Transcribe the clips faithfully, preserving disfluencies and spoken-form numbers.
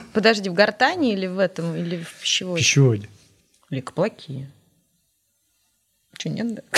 Подожди, в гортани или в этом, или в пищеводе? В пищеводе. Лик, плохие. Что, нет, да?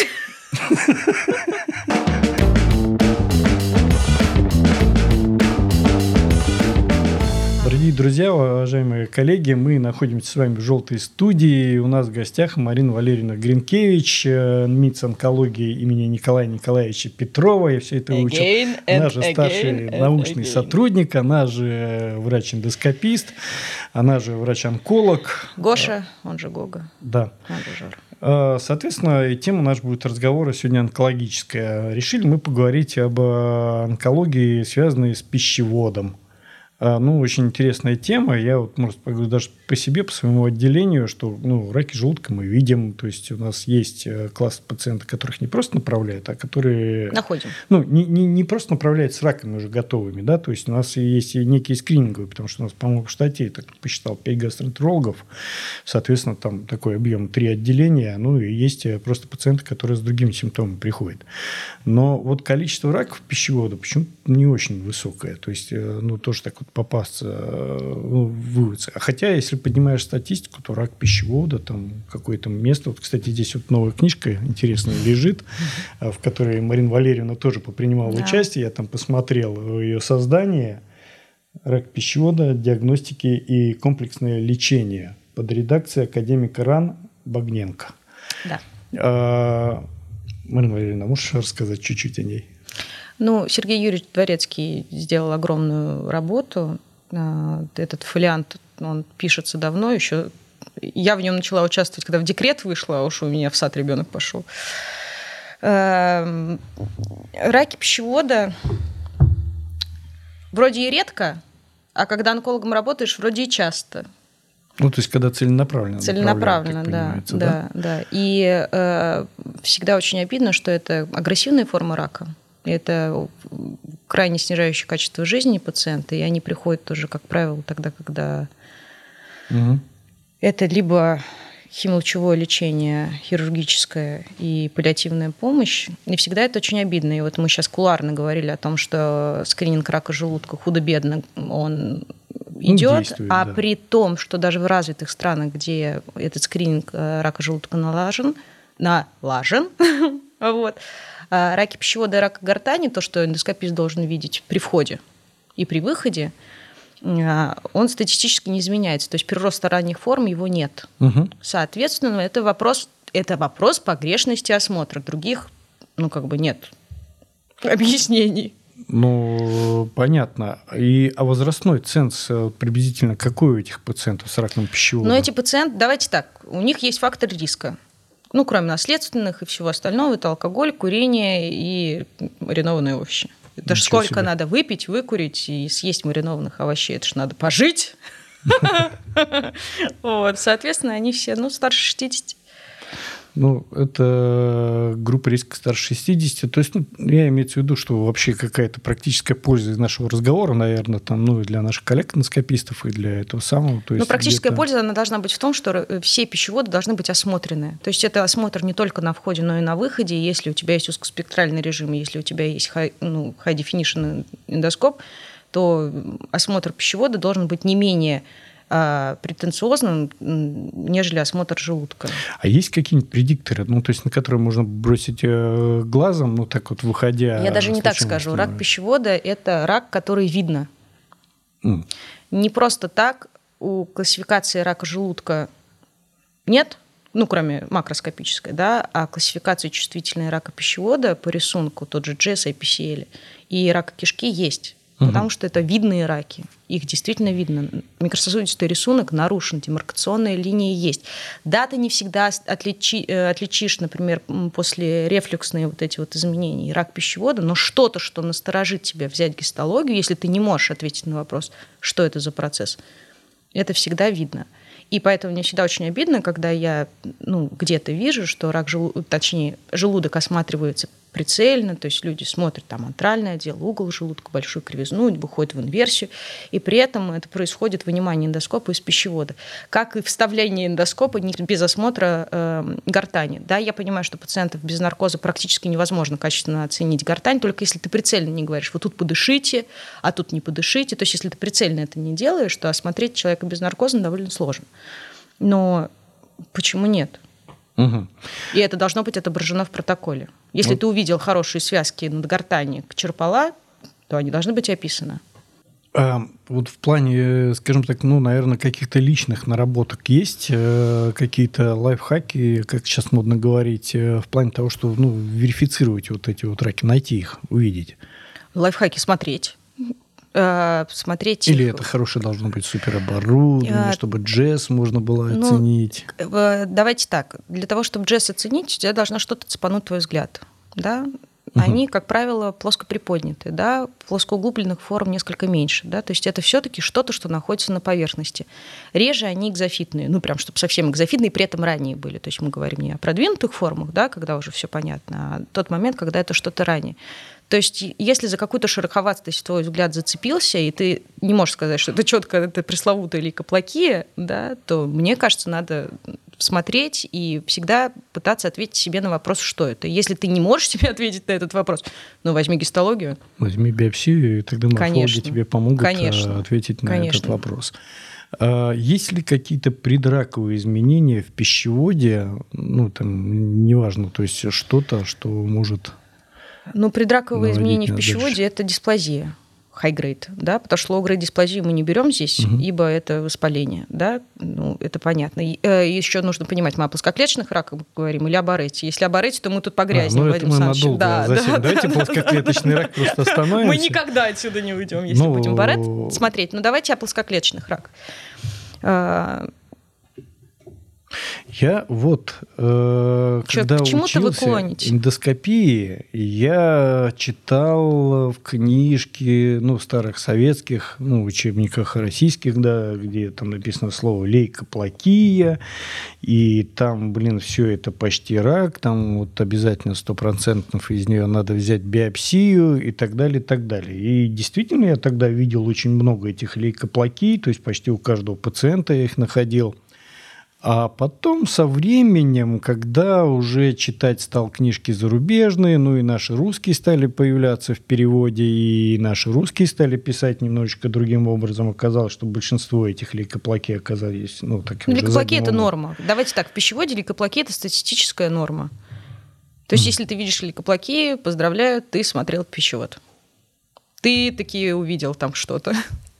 Дорогие друзья, уважаемые коллеги, мы находимся с вами в «Желтой студии». У нас в гостях Марина Валерьевна Гринкевич, МИЦ онкологии имени Николая Николаевича Петрова. Я все это учил. Она же старший научный сотрудник, она же врач-эндоскопист, она же врач-онколог. Гоша, он же Гога. Да. Надо. Соответственно, тема наша будет разговора сегодня онкологическая. Решили мы поговорить об онкологии, связанной с пищеводом. Ну, очень интересная тема. Я вот, может, поговорю даже по себе, по своему отделению, что ну, раки желудка мы видим. То есть, у нас есть класс пациентов, которых не просто направляют, а которые... Находим. Ну, не, не, не просто направляют с раками уже готовыми, да, то есть, у нас есть и некие скрининговые, потому что у нас, по-моему, в штате, я так посчитал, пять гастроэнтерологов, соответственно, там такой объем три отделения, ну, и есть просто пациенты, которые с другими симптомами приходят. Но вот количество раков пищевода почему-то не очень высокое. То есть, ну, тоже так вот попасться ну, в выводцы. А хотя, если поднимаешь статистику, то рак пищевода, там какое-то место. Вот, кстати, здесь вот новая книжка интересная лежит, в которой Марина Валерьевна тоже попринимала да. участие. Я там посмотрел ее создание. Рак пищевода, диагностики и комплексное лечение под редакцией академика РАН Багненко. Да. А, Марина Валерьевна, можешь рассказать чуть-чуть о ней? Ну, Сергей Юрьевич Дворецкий сделал огромную работу. Этот фолиант, он пишется давно еще. Я в нем начала участвовать, когда в декрет вышла, а уж у меня в сад ребенок пошел. Раки пищевода вроде и редко, а когда онкологом работаешь, вроде и часто. Ну, то есть, когда целенаправленно. Целенаправленно, да, да, да, да. И э, всегда очень обидно, что это агрессивные формы рака. Это крайне снижающее качество жизни пациента, и они приходят тоже, как правило, тогда, когда угу. это либо химиолучевое лечение, хирургическое и паллиативная помощь. И всегда это очень обидно. И вот мы сейчас кулуарно говорили о том, что скрининг рака желудка худо-бедно он идет, а да. при том, что даже в развитых странах, где этот скрининг рака желудка налажен, налажен, вот, раки пищевода и рака гортани, то, что эндоскопист должен видеть при входе и при выходе, он статистически не изменяется. То есть прироста ранних форм его нет. Угу. Соответственно, это вопрос, это вопрос погрешности осмотра. Других, ну, как бы нет объяснений. Ну, понятно. И а возрастной ценз приблизительно какой у этих пациентов с раком пищевода? Ну, эти пациенты, давайте так, у них есть фактор риска. Ну, кроме наследственных и всего остального, это алкоголь, курение и маринованные овощи. Это ж сколько себе. Надо выпить, выкурить и съесть маринованных овощей. Это ж надо пожить. Вот, соответственно, они все, ну, старше шестидесяти. Ну, это группа риска старше шестидесяти. То есть, ну, я имею в виду, что вообще какая-то практическая польза из нашего разговора, наверное, там, ну, и для наших коллег-эндоскопистов, и для этого самого. То есть, ну, практическая польза, она должна быть в том, что все пищеводы должны быть осмотрены. То есть, это осмотр не только на входе, но и на выходе. Если у тебя есть узкоспектральный режим, если у тебя есть high, ну, high definition эндоскоп, то осмотр пищевода должен быть не менее претенциозным, нежели осмотр желудка. А есть какие-нибудь предикторы, ну, то есть на которые можно бросить глазом, ну, так вот выходя... Я даже не так скажу. Рак пищевода – это рак, который видно. Mm. Не просто так у классификации рака желудка нет, ну, кроме макроскопической, да, а классификации чувствительной рака пищевода по рисунку, тот же джи эс, ай пи си эл, и рака кишки есть. Потому угу. что это видные раки. Их действительно видно. Микрососудистый рисунок нарушен, демаркационные линии есть. Да, ты не всегда отличи, отличишь, например, после рефлюксные вот эти вот изменения рак пищевода, но что-то, что насторожит тебя взять гистологию, если ты не можешь ответить на вопрос, что это за процесс, это всегда видно. И поэтому мне всегда очень обидно, когда я ну, где-то вижу, что рак желудка, точнее, желудок осматривается прицельно, то есть люди смотрят там антральный отдел, угол желудка, большую кривизну, выходят в инверсию, и при этом это происходит вынимание эндоскопа из пищевода, как и вставление эндоскопа без осмотра э, гортани. Да, я понимаю, что пациентов без наркоза практически невозможно качественно оценить гортань, только если ты прицельно не говоришь, вот тут подышите, а тут не подышите, то есть если ты прицельно это не делаешь, то осмотреть человека без наркоза довольно сложно. Но почему нет? Угу. И это должно быть отображено в протоколе. Если вот. Ты увидел хорошие связки над гортани к черпала, то они должны быть описаны. А, вот в плане, скажем так, ну, наверное, каких-то личных наработок есть э, какие-то лайфхаки, как сейчас модно говорить, э, в плане того, что ну, верифицировать вот эти вот раки, найти их, увидеть? Лайфхаки смотреть. Смотреть Или их. Это хорошее должно быть супероборудование, а, чтобы джесс можно было ну, оценить? Давайте так. Для того, чтобы джесс оценить, у тебя должно что-то цепануть твой взгляд. Да? Угу. Они, как правило, плоско приподняты, да? Плоскоуглубленных форм несколько меньше. Да? То есть это все-таки что-то, что находится на поверхности. Реже они экзофитные, ну прям чтобы совсем экзофитные, при этом ранние были. То есть мы говорим не о продвинутых формах, да, когда уже все понятно, а тот момент, когда это что-то ранее. То есть, если за какую-то шероховатость твой взгляд зацепился, и ты не можешь сказать, что это четко, это пресловутая лейкоплакия, да, то, мне кажется, надо смотреть и всегда пытаться ответить себе на вопрос, что это. Если ты не можешь себе ответить на этот вопрос, ну, возьми гистологию. Возьми биопсию, и тогда морфологи Конечно. тебе помогут Конечно. ответить на Конечно. этот вопрос. Есть ли какие-то предраковые изменения в пищеводе? Ну, там, неважно, то есть что-то, что может... Ну, предраковые изменения в пищеводе дальше. Это дисплазия, high-grade, да, потому что low-grade дисплазию мы не берем здесь, угу. ибо это воспаление, да, ну, это понятно. И, э, еще нужно понимать, мы о плоскоклеточных раках говорим или об арете. Если об арете, то мы тут погрязнем, а, ну, Вадим Александрович. Да, да, да, Давайте да, плоскоклеточный да, рак да. просто остановимся. Мы никогда отсюда не уйдем, если ну... будем барет смотреть. Но давайте о плоскоклеточных раках. Я вот, э, Чё, когда учился эндоскопии, я читал в книжке, ну, старых советских, ну, учебниках российских, да, где там написано слово лейкоплакия, и там, блин, все это почти рак, там вот обязательно сто процентов из нее надо взять биопсию и так далее, и так далее. И действительно я тогда видел очень много этих лейкоплакий, то есть почти у каждого пациента я их находил. А потом со временем, когда уже читать стал книжки зарубежные, ну и наши русские стали появляться в переводе, и наши русские стали писать немножечко другим образом, оказалось, что большинство этих лейкоплакий оказались... Ну, таким лейкоплакия – это норма. Давайте так, в пищеводе лейкоплакия – это статистическая норма. То есть, mm. если ты видишь лейкоплакию, поздравляю, ты смотрел пищевод. Ты таки увидел там что-то.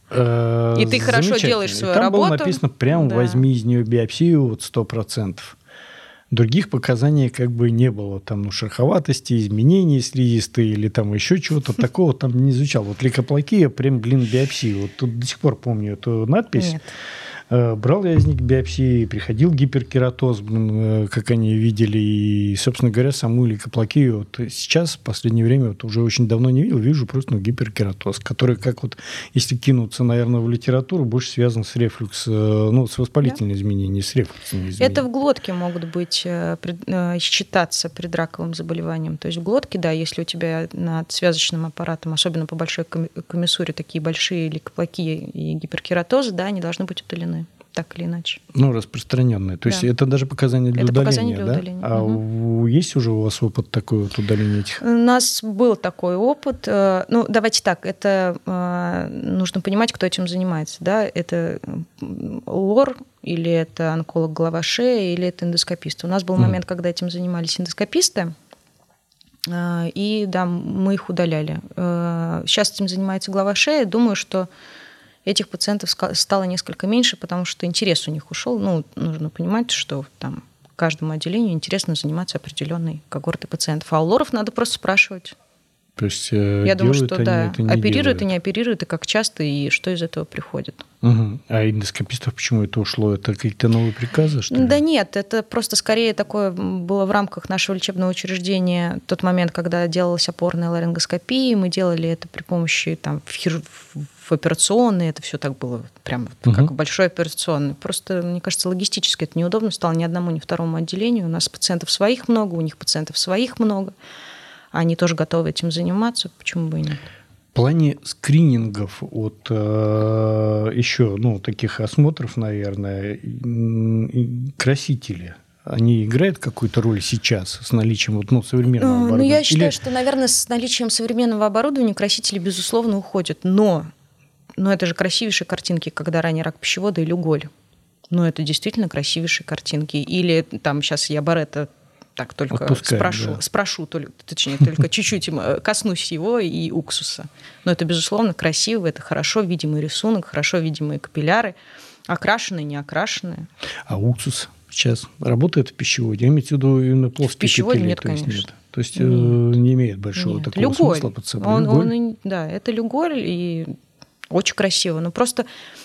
И ты хорошо делаешь свою там работу. Там было написано прямо да. возьми из нее биопсию вот сто процентов. Других показаний как бы не было. Там ну, шероховатости, изменений слизистой или там еще чего-то такого там не изучал. Вот лейкоплакия, прям, блин, биопсию. Вот тут до сих пор помню эту надпись. Нет. Брал я из них биопсии, приходил гиперкератоз, блин, как они видели. И, собственно говоря, саму лейкоплакию вот сейчас, в последнее время, вот уже очень давно не видел, вижу просто ну, гиперкератоз, который, как вот, если кинуться, наверное, в литературу, больше связан с рефлюкс, ну, с воспалительными да. изменениями, с рефлюксными изменениями. Это в глотке могут быть, считаться предраковым заболеванием. То есть в глотке, да, если у тебя над связочным аппаратом, особенно по большой комиссуре, такие большие лейкоплакии и гиперкератозы, да, они должны быть удалены. Так или иначе. Ну, распространенные. То да. есть это даже показания для это удаления, показания для да? удаления. А угу. есть уже у вас опыт такой вот удаления этих? У нас был такой опыт. Ну, давайте так, это нужно понимать, кто этим занимается. Да? Это лор, или это онколог голова шея, или это эндоскопист. У нас был mm. момент, когда этим занимались эндоскописты, и да, мы их удаляли. Сейчас этим занимается голова шея. Думаю, что этих пациентов стало несколько меньше, потому что интерес у них ушел. Ну, нужно понимать, что там каждому отделению интересно заниматься определенной когортой пациентов. А у лоров надо просто спрашивать. То есть я думаю, что они да, это не оперируют делают. и не оперируют, и как часто, и что из этого приходит. Угу. А эндоскопистов почему это ушло? Это какие-то новые приказы, что ли? Да нет, это просто скорее такое было в рамках нашего лечебного учреждения. Тот момент, когда делалась опорная ларингоскопия, мы делали это при помощи там, в, хир... в операционной, это все так было прям угу. как большой операционный. Просто, мне кажется, логистически это неудобно стало ни одному, ни второму отделению. У нас пациентов своих много, у них пациентов своих много. они тоже готовы этим заниматься, почему бы и нет. В плане скринингов от э, еще, ну, таких осмотров, наверное, красители, они играют какую-то роль сейчас с наличием вот, ну, современного оборудования? Ну, я считаю, Или... что, наверное, с наличием современного оборудования красители, безусловно, уходят. Но, но это же красивейшие картинки, когда ранний рак пищевода или уголь. Ну, это действительно красивейшие картинки. Или там сейчас я Баретта так только Отпускаем, спрошу, да. спрошу, точнее, только чуть-чуть коснусь его и уксуса. Но это, безусловно, красиво, это хорошо видимый рисунок, хорошо видимые капилляры, окрашенные, не окрашенные. А уксус сейчас работает в пищеводе? Я имею в виду именно плоские в пищеводе петли, нет, то есть конечно. нет. То есть нет. не имеет большого нет. такого люголь. смысла под собой. Он, люголь? Он, да, это люголь, и очень красиво. Но просто,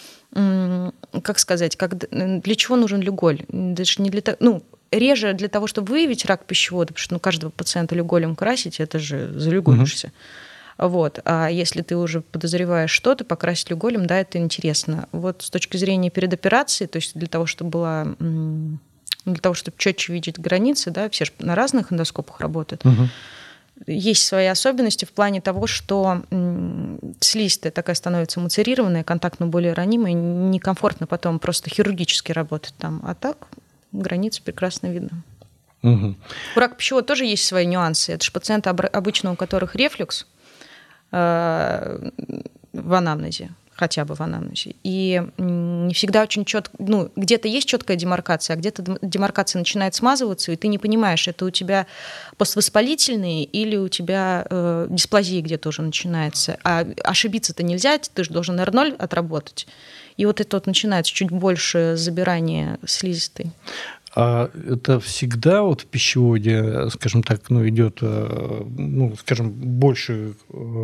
как сказать, как, для чего нужен люголь? Даже не для того, ну, реже для того, чтобы выявить рак пищевода, потому что ну, каждого пациента люголем красить, это же залюголишься. Угу. Вот. А если ты уже подозреваешь что-то, покрасить люголем, да, это интересно. Вот с точки зрения перед операцией, то есть для того, чтобы была, для того, чтобы четче видеть границы, да, все же на разных эндоскопах работают. Угу. Есть свои особенности в плане того, что слизистая такая становится мацерированная, контактно более ранимая, некомфортно потом просто хирургически работать там. А так границы прекрасно видно. Угу. У рака пищевода тоже есть свои нюансы. Это же пациенты, обычно у которых рефлюкс э, в анамнезе, хотя бы в анамнезе. И не всегда очень четко, ну, где-то есть четкая демаркация, а где-то демаркация начинает смазываться, и ты не понимаешь, это у тебя поствоспалительные или у тебя э, дисплазия где-то уже начинается. А ошибиться-то нельзя, ты же должен эр ноль отработать. И вот это вот начинается чуть больше забирание слизистой. А это всегда вот в пищеводе, скажем так, ну, идет, ну, скажем, больше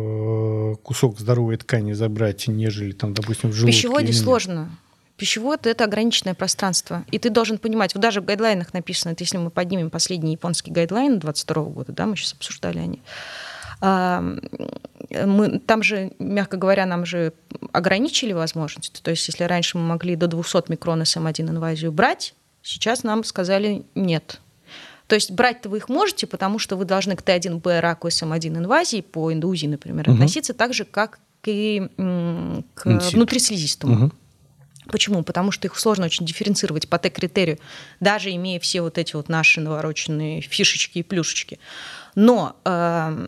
кусок здоровой ткани забрать, нежели там, допустим, в желудке? В пищеводе сложно. Пищевод – это ограниченное пространство. И ты должен понимать, вот даже в гайдлайнах написано, это если мы поднимем последний японский гайдлайн двадцать второго года, да, мы сейчас обсуждали они, мы, там же, мягко говоря, нам же ограничили возможности. То есть если раньше мы могли до двухсот микрон эс эм один инвазию брать, сейчас нам сказали нет. То есть брать-то вы их можете, потому что вы должны к тэ один бэ раку эс эм один инвазии по эндоузии, например, угу. относиться так же, как и к Инсит. внутрислизистому. Угу. Почему? Потому что их сложно очень дифференцировать по Т-критерию, даже имея все вот эти вот наши навороченные фишечки и плюшечки. Но э,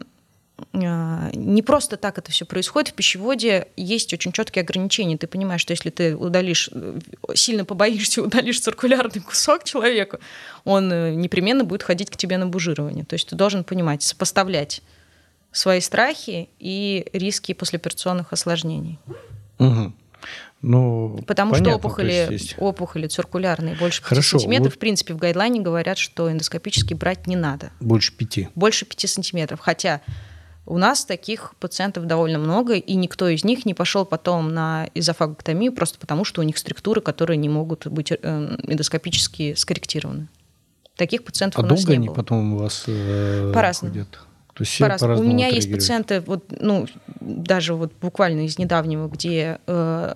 не просто так это все происходит. В пищеводе есть очень четкие ограничения. Ты понимаешь, что если ты удалишь, сильно побоишься, удалишь циркулярный кусок человеку, он непременно будет ходить к тебе на бужирование. То есть ты должен понимать, сопоставлять свои страхи и риски послеоперационных осложнений. Угу. Ну, Потому понятно, что опухоли, опухоли циркулярные больше пяти Хорошо, сантиметров, вот... в принципе, в гайдлайне говорят, что эндоскопически брать не надо. Больше пяти? Больше пяти сантиметров. Хотя у нас таких пациентов довольно много, и никто из них не пошел потом на эзофагоктомию просто потому, что у них структуры, которые не могут быть эндоскопически скорректированы. Таких пациентов а у нас не было. А долго они потом у вас э, По-разному. ходят? То есть По-разному. У меня есть пациенты, вот, ну, даже вот буквально из недавнего, где э,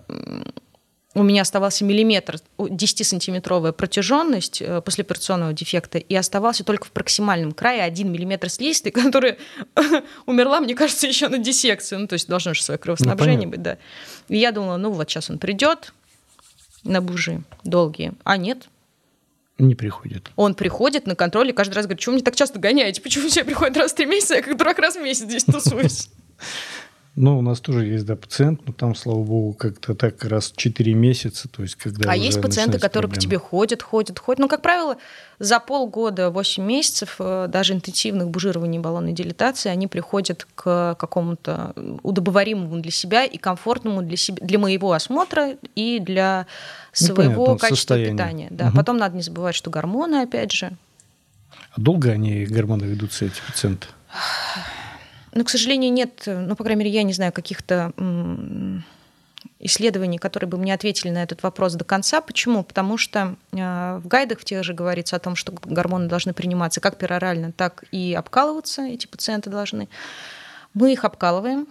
у меня оставался миллиметр, десятисантиметровая протяженность э, послеоперационного дефекта, и оставался только в проксимальном крае один миллиметр слизистой, которая умерла, мне кажется, еще на диссекции. Ну, то есть должно же свое кровоснабжение ну, быть, да. И я думала, ну вот сейчас он придет на бужи долгие, а нет. Не приходит. Он приходит на контроль и каждый раз говорит, что вы мне так часто гоняете? Почему все приходят раз в три месяца, я как дурак раз в месяц здесь тусуюсь? Ну, у нас тоже есть, да, пациент, но там, слава богу, как-то так раз в четыре месяца, то есть когда А есть пациенты, которые проблемы. к тебе ходят, ходят, ходят. Ну, как правило, за полгода, восемь месяцев, даже интенсивных бужирований баллонной дилатации, они приходят к какому-то удобоваримому для себя и комфортному для себя, для моего осмотра и для своего ну, качества состояние. питания. Да. Угу. Потом надо не забывать, что гормоны, опять же. А долго они гормоны ведутся, эти пациенты? Ну, к сожалению, нет, ну, по крайней мере, я не знаю каких-то исследований, которые бы мне ответили на этот вопрос до конца. Почему? Потому что в гайдах в тех же говорится о том, что гормоны должны приниматься как перорально, так и обкалываться, эти пациенты должны. Мы их обкалываем,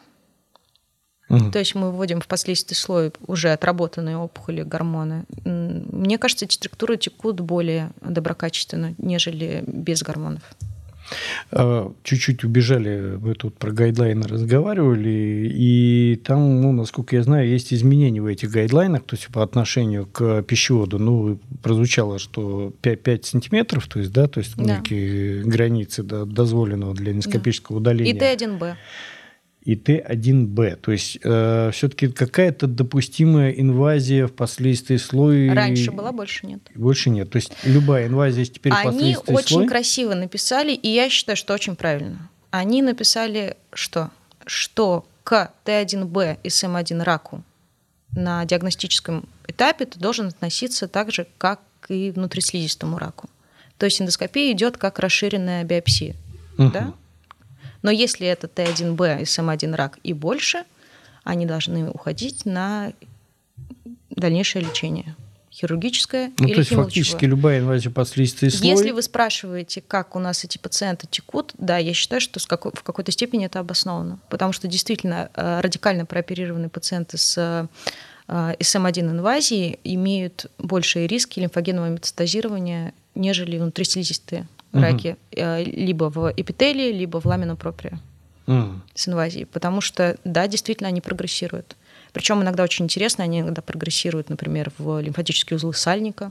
угу. То есть мы вводим в последующий слой уже отработанные опухоли гормоны. Мне кажется, эти структуры текут более доброкачественно, нежели без гормонов. Чуть-чуть убежали, мы тут про гайдлайны разговаривали, и там, ну, насколько я знаю, есть изменения в этих гайдлайнах, то есть по отношению к пищеводу. Ну, прозвучало, что пять, пять сантиметров, то есть, да, то есть да. некие границы да, дозволенного для эндоскопического да. удаления. И Т один Б. И Т один Б. То есть э, все-таки какая-то допустимая инвазия в последствии слой... Раньше была, больше нет. Больше нет. То есть любая инвазия теперь в последствии слой... Они очень красиво написали, и я считаю, что очень правильно. Они написали, что, что к Т один Б и С М один раку на диагностическом этапе ты должен относиться так же, как и внутрислизистому раку. То есть эндоскопия идет как расширенная биопсия. Угу. Да? Но если это Т один Б и С М один рак и больше, они должны уходить на дальнейшее лечение. Хирургическое ну, или то есть химолучевое. Фактически любая инвазия последствий слой... Если вы спрашиваете, как у нас эти пациенты текут, да, я считаю, что в какой-то степени это обосновано. Потому что действительно радикально прооперированные пациенты с С М один инвазией имеют большие риски лимфогенного метастазирования, нежели внутрислизистые раки, угу. либо в эпителии, либо в ламина проприя угу. с инвазией. Потому что, да, действительно, они прогрессируют. Причем иногда очень интересно, они иногда прогрессируют, например, в лимфатические узлы сальника.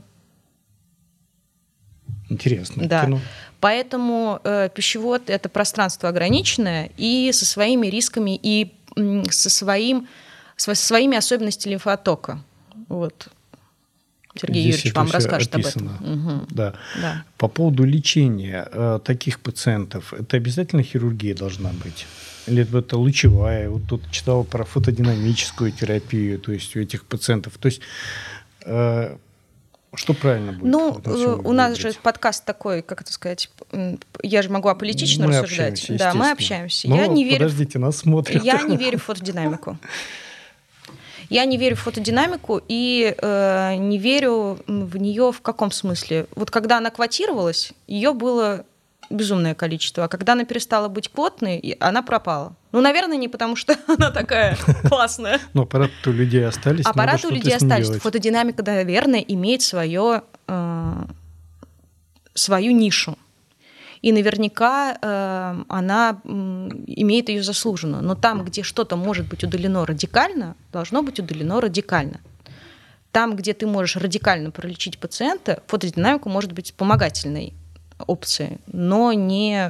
Интересно. Да. Кино. Поэтому э, пищевод – это пространство ограниченное и со своими рисками, и м, со, своим, со своими особенностями лимфооттока. Вот. Сергей Здесь Юрьевич вам расскажет описано. об этом. Угу. Да. Да. По поводу лечения э, таких пациентов, это обязательно хирургия должна быть? Или это лучевая? Вот тут читал про фотодинамическую терапию, то есть у этих пациентов. То есть э, что правильно будет? Ну, у нас же подкаст такой, как это сказать, я же могу аполитично мы рассуждать. Общаемся, да, мы общаемся. Но, я не верю подождите, нас смотрят. Я не верю в фотодинамику. Я не верю в фотодинамику и э, не верю в нее в каком смысле? Вот когда она квотировалась, ее было безумное количество, а когда она перестала быть квотной, она пропала. Ну, наверное, не потому, что она такая классная. Но аппараты у людей остались. Аппараты у людей остались. Фотодинамика, наверное, имеет свое, э, свою нишу. И наверняка э, она э, имеет ее заслуженную. Но там, где что-то может быть удалено радикально, должно быть удалено радикально. Там, где ты можешь радикально пролечить пациента, фотодинамика может быть вспомогательной опцией, но не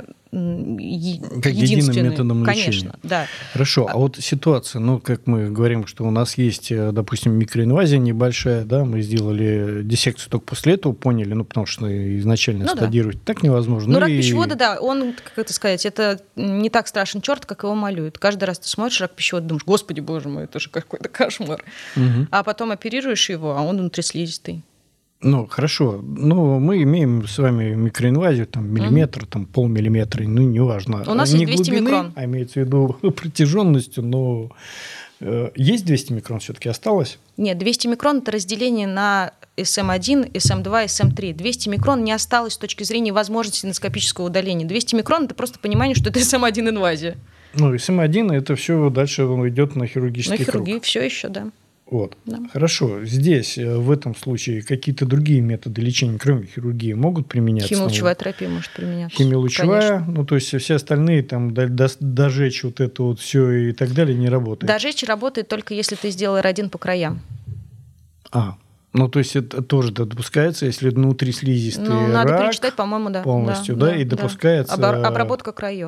как единым методом лечения. Конечно, да. Хорошо, а вот ситуация, ну, как мы говорим, что у нас есть, допустим, микроинвазия небольшая, да, мы сделали диссекцию только после этого, поняли, ну, потому что изначально ну, стадировать да. так невозможно. Ну, рак и... пищевода, да, он, как это сказать, это не так страшен черт, как его малюют. Каждый раз ты смотришь рак пищевода, думаешь, господи, боже мой, это же какой-то кошмар. Угу. А потом оперируешь его, а он внутрислизистый. Ну, хорошо. Ну, мы имеем с вами микроинвазию, там, миллиметр, mm-hmm. там, полмиллиметра, ну, неважно. У нас не есть двести глубины, микрон. А имеется в виду протяженностью, но э, есть двести микрон все-таки осталось? Нет, двести микрон – это разделение на С М один, С М два, С М три. двести микрон не осталось с точки зрения возможности эндоскопического удаления. двести микрон – это просто понимание, что это С М один инвазия. Ну, С М один – это все дальше идет на хирургический круг. На хирургию все еще, да. Вот. Да. Хорошо. Здесь, в этом случае, какие-то другие методы лечения, кроме хирургии, могут применяться? Химиолучевая терапия может применяться. Химиолучевая, ну, то есть все остальные, там, дожечь вот это вот все и так далее не работает? Дожечь работает только если ты сделал Р один по краям. А, ну, то есть это тоже допускается, если внутри слизистый ну, надо рак перечитать, по-моему, да. Полностью, да, да, да и допускается... Да. Обработка краев.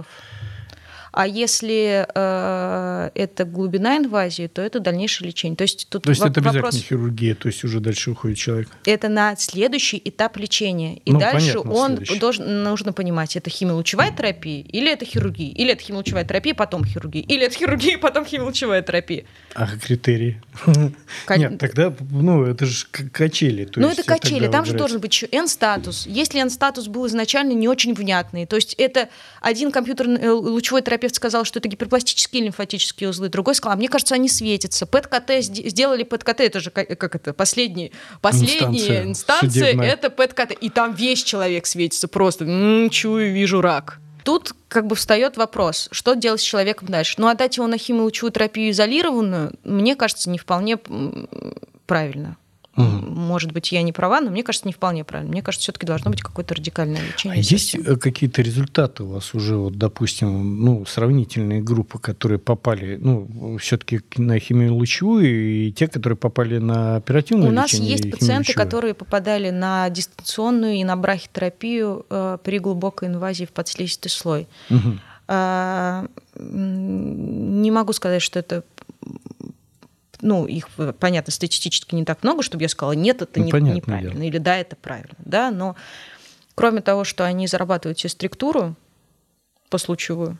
А если э, это глубина инвазии, то это дальнейшее лечение. То есть, тут то есть это вопрос... обязательно хирургия, то есть уже дальше уходит человек? Это на следующий этап лечения. И ну, дальше понятно, он следующий. должен, нужно понимать, это химиолучевая терапия или это хирургия. Или это химиолучевая терапия, потом хирургия. Или это хирургия, потом химиолучевая терапия. А критерии? К... Нет, тогда, ну, это же качели. То ну, есть это качели. Там выбирать. Же должен быть еще N-статус. Если N-статус был изначально не очень внятный, то есть это один компьютерный лучевой терапевт сказал, что это гиперпластические лимфатические узлы, другой сказал, а мне кажется, они светятся. ПЭТ-КТ сделали ПЭТ-КТ, это же как, как это, последний, последняя инстанция, инстанция это ПЭТ-КТ. И там весь человек светится просто. М-м, чую, вижу рак. Тут как бы встает вопрос, что делать с человеком дальше. Ну, отдать его на химиолучевую терапию изолированную, мне кажется, не вполне правильно. Угу. Может быть, я не права, но мне кажется, не вполне правильно. Мне кажется, все-таки должно быть какое-то радикальное лечение. А есть какие-то результаты у вас уже, вот, допустим, ну, сравнительные группы, которые попали, ну, все-таки на химиолучевую, и те, которые попали на оперативное у лечение? У нас есть пациенты, которые попадали на дистанционную и на брахитерапию э, при глубокой инвазии в подслизистый слой. Угу. А, не могу сказать, что это... Ну, их, понятно, статистически не так много, чтобы я сказала, нет, это ну, не, неправильно, дело. Или да, это правильно. Да? Но кроме того, что они зарабатывают себе структуру послучевую,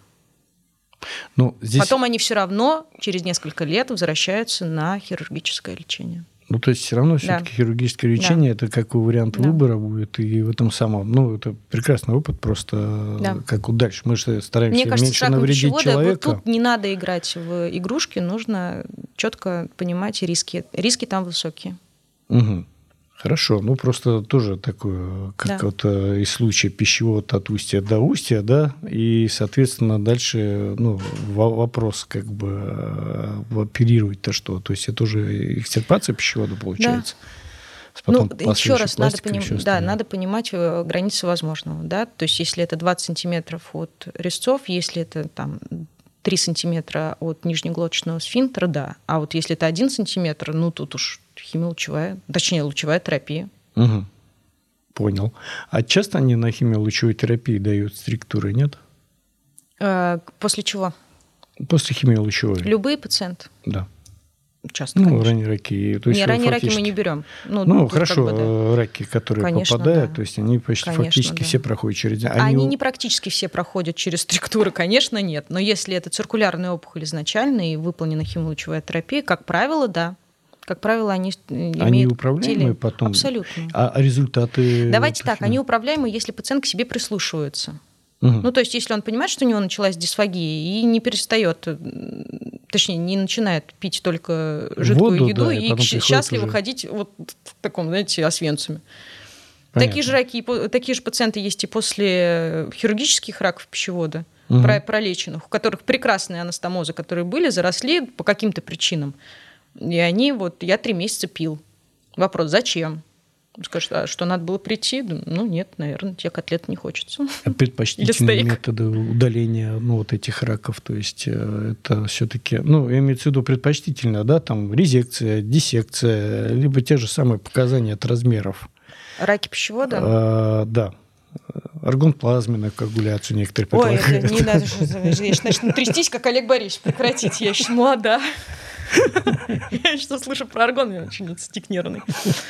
ну, здесь... потом они все равно через несколько лет возвращаются на хирургическое лечение. Ну, то есть все равно все-таки да. хирургическое лечение да. это как вариант да. выбора будет, и в этом самом, ну, это прекрасный опыт, просто да. как вот дальше. Мы же стараемся Мне кажется, меньше навредить пищевода, человека. Вот тут не надо играть в игрушки, нужно четко понимать риски. Риски там высокие. Угу. Хорошо, ну просто тоже такое, как да. вот из случая пищевод от устья до устья, да, и, соответственно, дальше, ну, вопрос, как бы, оперировать-то что, то есть это уже экстирпация пищевода получается? Да. Потом ну, еще раз, надо, поним... да, надо понимать границы возможного, да, то есть если это двадцать сантиметров от резцов, если это там три сантиметра от нижнеглоточного сфинктера, да, а вот если это один сантиметр, ну, тут уж химиолучевая, точнее, лучевая терапия. Угу. Понял. А часто они на химиолучевой терапии дают структуры, нет? А, после чего? После химиолучевой. Любые пациенты? Да. Часто, ну, конечно. ранние раки. То есть не, ранние фактически... раки мы не берем. Ну, ну хорошо, как бы, да. раки, которые конечно, попадают, да. то есть они почти конечно, фактически да. все проходят через... Они... они не практически все проходят через структуры, конечно, нет. Но если это циркулярная опухоль изначально и выполнена химиолучевая терапия, как правило, да. Как правило, они имеют... Они управляемые теле... потом? Абсолютно. А результаты... Давайте так, они управляемые, если пациент к себе прислушивается. Угу. Ну, то есть, если он понимает, что у него началась дисфагия, и не перестает, точнее, не начинает пить только жидкую Воду, еду, да, и, и счастливо уже... ходить вот в таком, знаете, освенциме. Такие же, раки, такие же пациенты есть и после хирургических раков пищевода, угу. пролеченных, у которых прекрасные анастомозы, которые были, заросли по каким-то причинам. И они вот, я три месяца пил. Вопрос, зачем? Скажешь, а что, надо было прийти? Ну, нет, наверное, тебе котлеты не хочется. А предпочтительные методы удаления ну, вот этих раков, то есть это все-таки, ну, я имею в виду предпочтительно, да, там резекция, диссекция, либо те же самые показания от размеров. Раки пищевода? А, да. Аргонплазменную коагуляцию некоторые предполагают. Ой, это не надо, я еще начну трястись, как Олег Борисович, прекратить, я еще молода. Я что слышу про аргон, я начинается тик нервный.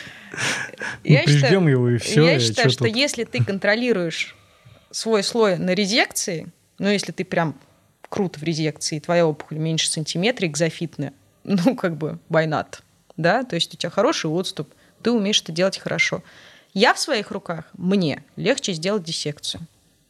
Я считаю, его и все, я считаю что тут? Если ты контролируешь свой слой на резекции, ну, если ты прям круто в резекции, твоя опухоль меньше сантиметра, экзофитная, ну, как бы, why not, да, то есть у тебя хороший отступ, ты умеешь это делать хорошо. Я в своих руках, мне легче сделать диссекцию.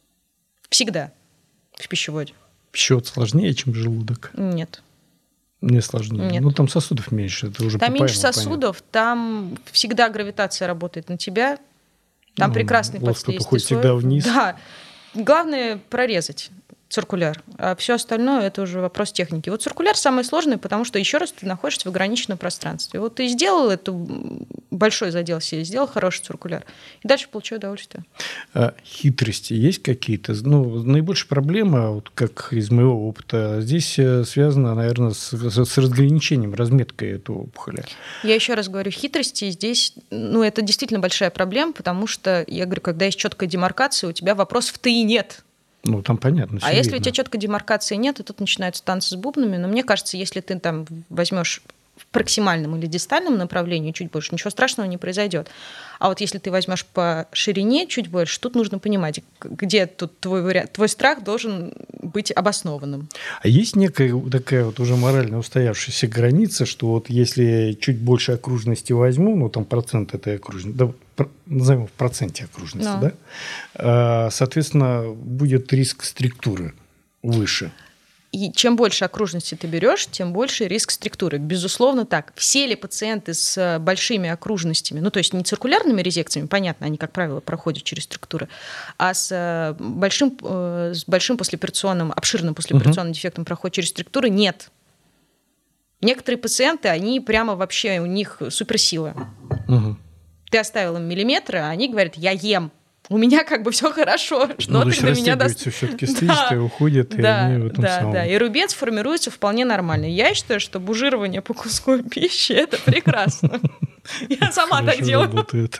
Всегда в пищеводе. Пищевод сложнее, чем желудок? Нет. Не сложнее. Нет. Ну, там сосудов меньше. Это уже там меньше сосудов, понятно. Там всегда гравитация работает на тебя. Там ну, прекрасный подслизистый слой. Всегда вниз. Да. Главное прорезать циркуляр. А все остальное это уже вопрос техники. Вот циркуляр самый сложный, потому что еще раз ты находишься в ограниченном пространстве. Вот ты сделал эту большой задел себе, сделал хороший циркуляр, и дальше получаю удовольствие. А хитрости есть какие-то? Ну, наибольшая проблема, вот как из моего опыта, здесь связана, наверное, с, с разграничением, разметкой этого опухоли. Я еще раз говорю, хитрости здесь, ну, это действительно большая проблема, потому что, я говорю, когда есть четкая демаркация, у тебя вопросов «ты» и нет. Ну, там понятно. А если видно. у тебя четкой демаркации нет, то тут начинаются танцы с бубнами. Но мне кажется, если ты там возьмешь в проксимальном или дистальном направлении чуть больше, ничего страшного не произойдет. А вот если ты возьмешь по ширине чуть больше, тут нужно понимать, где тут твой вариант, твой страх должен быть обоснованным. А есть некая такая вот уже морально устоявшаяся граница, что вот если чуть больше окружности возьму, ну там процент этой окружности, да, назовем в проценте окружности, no. да, соответственно, будет риск структуры выше. И чем больше окружности ты берешь, тем больше риск структуры. Безусловно, так. Все ли пациенты с большими окружностями, ну, то есть не циркулярными резекциями, понятно, они, как правило, проходят через структуры, а с большим, с большим послеоперационным, обширным послеоперационным uh-huh. дефектом проходят через структуры, нет. Некоторые пациенты, они прямо вообще, у них суперсила. Угу. Ты оставил им миллиметры, а они говорят, я ем. У меня как бы все хорошо. Что ну, ты до меня даст? Все-таки слизистые да, уходят, и да, они в этом да, самом. Да, и рубец формируется вполне нормально. Я считаю, что бужирование по куску пищи – это прекрасно. Я сама так делаю.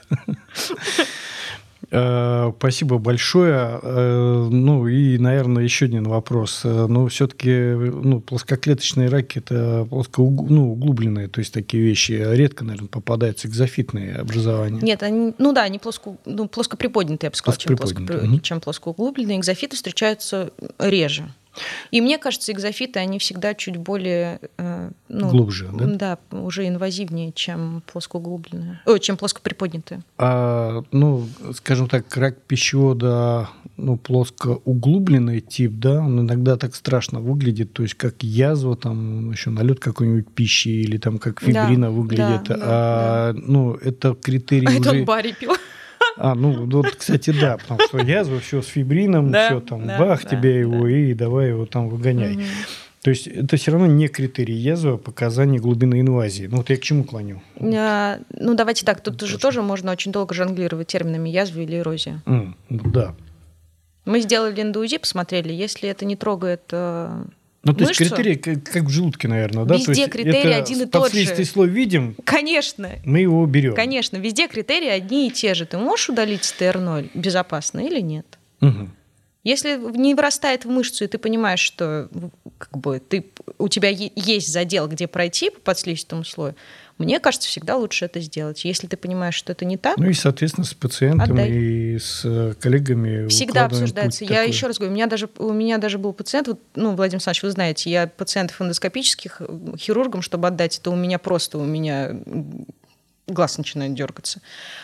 Спасибо большое. Ну и, наверное, еще один вопрос. Ну, все-таки ну, плоскоклеточные раки – это плоско, ну, углубленные, то есть такие вещи редко, наверное, попадаются экзофитные образования. Нет, они, ну да, они плоско, ну, плоскоприподнятые, я бы сказала, чем, плоско, угу. чем плоскоуглубленные. Экзофиты встречаются реже. И мне кажется, экзофиты, они всегда чуть более... Э, ну, глубже, да? Да, уже инвазивнее, чем плоскоуглубленные. О, чем плоскоприподнятые. А, ну, скажем так, рак пищевода, ну, плоскоуглубленный тип, да, он иногда так страшно выглядит, то есть как язва, там еще налет какой-нибудь пищи, или там как фибрина да, выглядит. Да, а, да. Ну, это критерий а уже... это он Барри пил. А, ну, вот, кстати, да, потому что язва, все с фибрином, да, все там, да, бах, да, тебе да. его, и давай его там выгоняй. Угу. То есть это все равно не критерий язвы, показания глубины инвазии. Ну, вот я к чему клоню? А, ну, давайте так, тут уже тоже можно очень долго жонглировать терминами язва или эрозия. Mm, да. Мы сделали эндоузи, посмотрели, если это не трогает... Ну, то мышцу. есть критерии, как, как в желудке, наверное, да? Везде то есть критерии один и тот же. Подслизистый слой видим, конечно. Мы его берем. Конечно, везде критерии одни и те же. Ты можешь удалить Т Р ноль безопасно или нет? Угу. Если не вырастает в мышцу, и ты понимаешь, что как бы, ты, у тебя есть задел, где пройти по подслизистому слою, мне кажется, всегда лучше это сделать. Если ты понимаешь, что это не так, ну и, соответственно, с пациентом отдай. И с коллегами всегда обсуждается. Я такой. Еще раз говорю, у меня даже, у меня даже был пациент, вот, ну, Владимир Александрович, вы знаете, я пациентов эндоскопических хирургам, чтобы отдать, это у меня просто, у меня глаз начинает дергаться.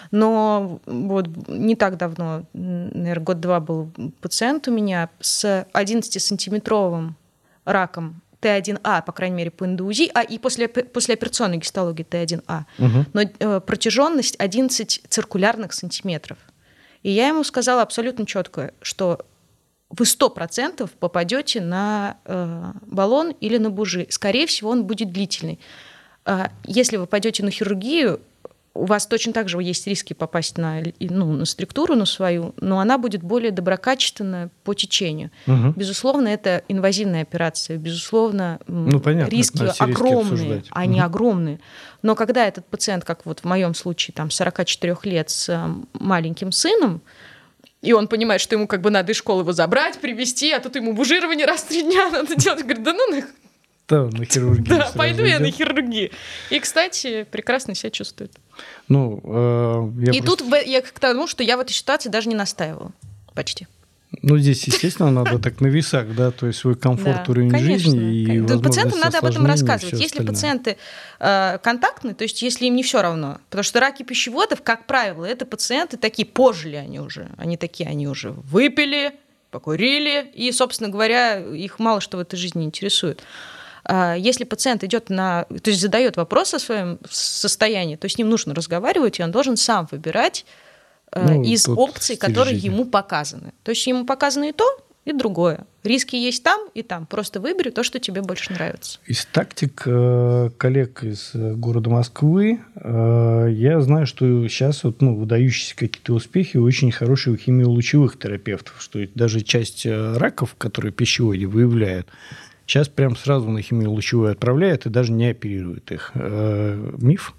Но вот не так давно, наверное, год-два был пациент у меня с одиннадцатисантиметровым раком Т один А, по крайней мере, по эндоузи, а и после, после операционной гистологии Т один А. Угу. Но э, протяженность одиннадцать циркулярных сантиметров. И я ему сказала абсолютно четко, что вы сто процентов попадете на э, баллон или на бужи. Скорее всего, он будет длительный. Э, если вы пойдете на хирургию, у вас точно так же есть риски попасть на, ну, на структуру, на свою, но она будет более доброкачественная по течению. Угу. Безусловно, это инвазивная операция. Безусловно, ну, понятно, риски огромные, риски они угу. огромные. Но когда этот пациент, как вот в моем случае, там, сорок четыре лет с маленьким сыном, и он понимает, что ему как бы надо из школы его забрать, привезти, а тут ему бужирование раз в три дня надо делать. Он говорит, да ну нахуй. Да, на хирургию. Да, пойду я на хирургию. И, кстати, прекрасно себя чувствует. Ну, э, я И просто... тут я к тому, что я в этой ситуации даже не настаивала. Почти. Ну, здесь, естественно, надо так на весах, да, то есть свой комфорт, да, уровень конечно, жизни и конечно. Пациентам надо об этом рассказывать. Если остальное. Пациенты э, контактные, то есть если им не все равно, потому что раки пищеводов, как правило, это пациенты такие, пожили они уже, они такие, они уже выпили, покурили, и, собственно говоря, их мало что в этой жизни интересует. Если пациент идет на, то есть задает вопрос о своем состоянии, то с ним нужно разговаривать, и он должен сам выбирать ну, из опций, которые жизни. Ему показаны. То есть ему показано и то, и другое. Риски есть там и там. Просто выбери то, что тебе больше нравится. Из тактик коллег из города Москвы я знаю, что сейчас вот, ну, выдающиеся какие-то успехи очень хорошие у химиолучевых терапевтов, что даже часть раков, которые пищеводе выявляют, сейчас прям сразу на химиолучевую отправляют и даже не оперируют их. Миф?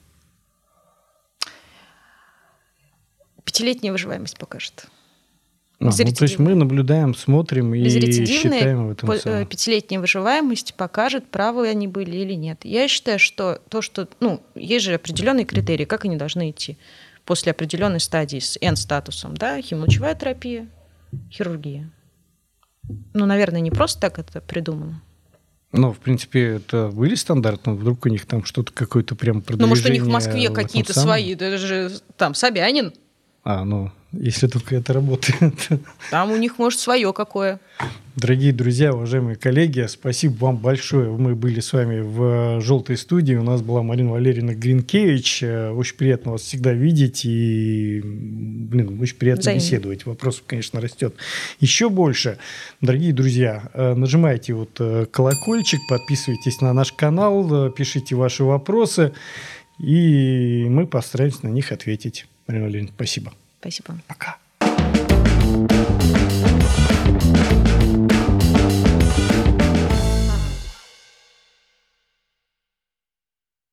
Пятилетняя выживаемость покажет. А, ну, то есть мы наблюдаем, смотрим и считаем в этом самом. Пятилетняя выживаемость покажет, правы они были или нет. Я считаю, что то, что... Ну, есть же определенные критерии, как они должны идти после определенной стадии с N-статусом. Да? Химиолучевая терапия, хирургия. Ну, наверное, не просто так это придумано. Ну, в принципе, это были стандарты, но вдруг у них там что-то какое-то прям продвижение. Ну, может, у них в Москве какие-то самом... свои, даже там Собянин. А, ну, если только это работает. Там у них, может, свое какое. Дорогие друзья, уважаемые коллеги, спасибо вам большое. Мы были с вами в «Желтой студии». У нас была Марина Валерьевна Гринкевич. Очень приятно вас всегда видеть. И, блин, очень приятно Взаимно. беседовать. Вопросов, конечно, растет еще больше. Дорогие друзья, нажимайте вот колокольчик, подписывайтесь на наш канал, пишите ваши вопросы. и мы постараемся на них ответить. Марина Валерьевна, спасибо. Спасибо. Пока.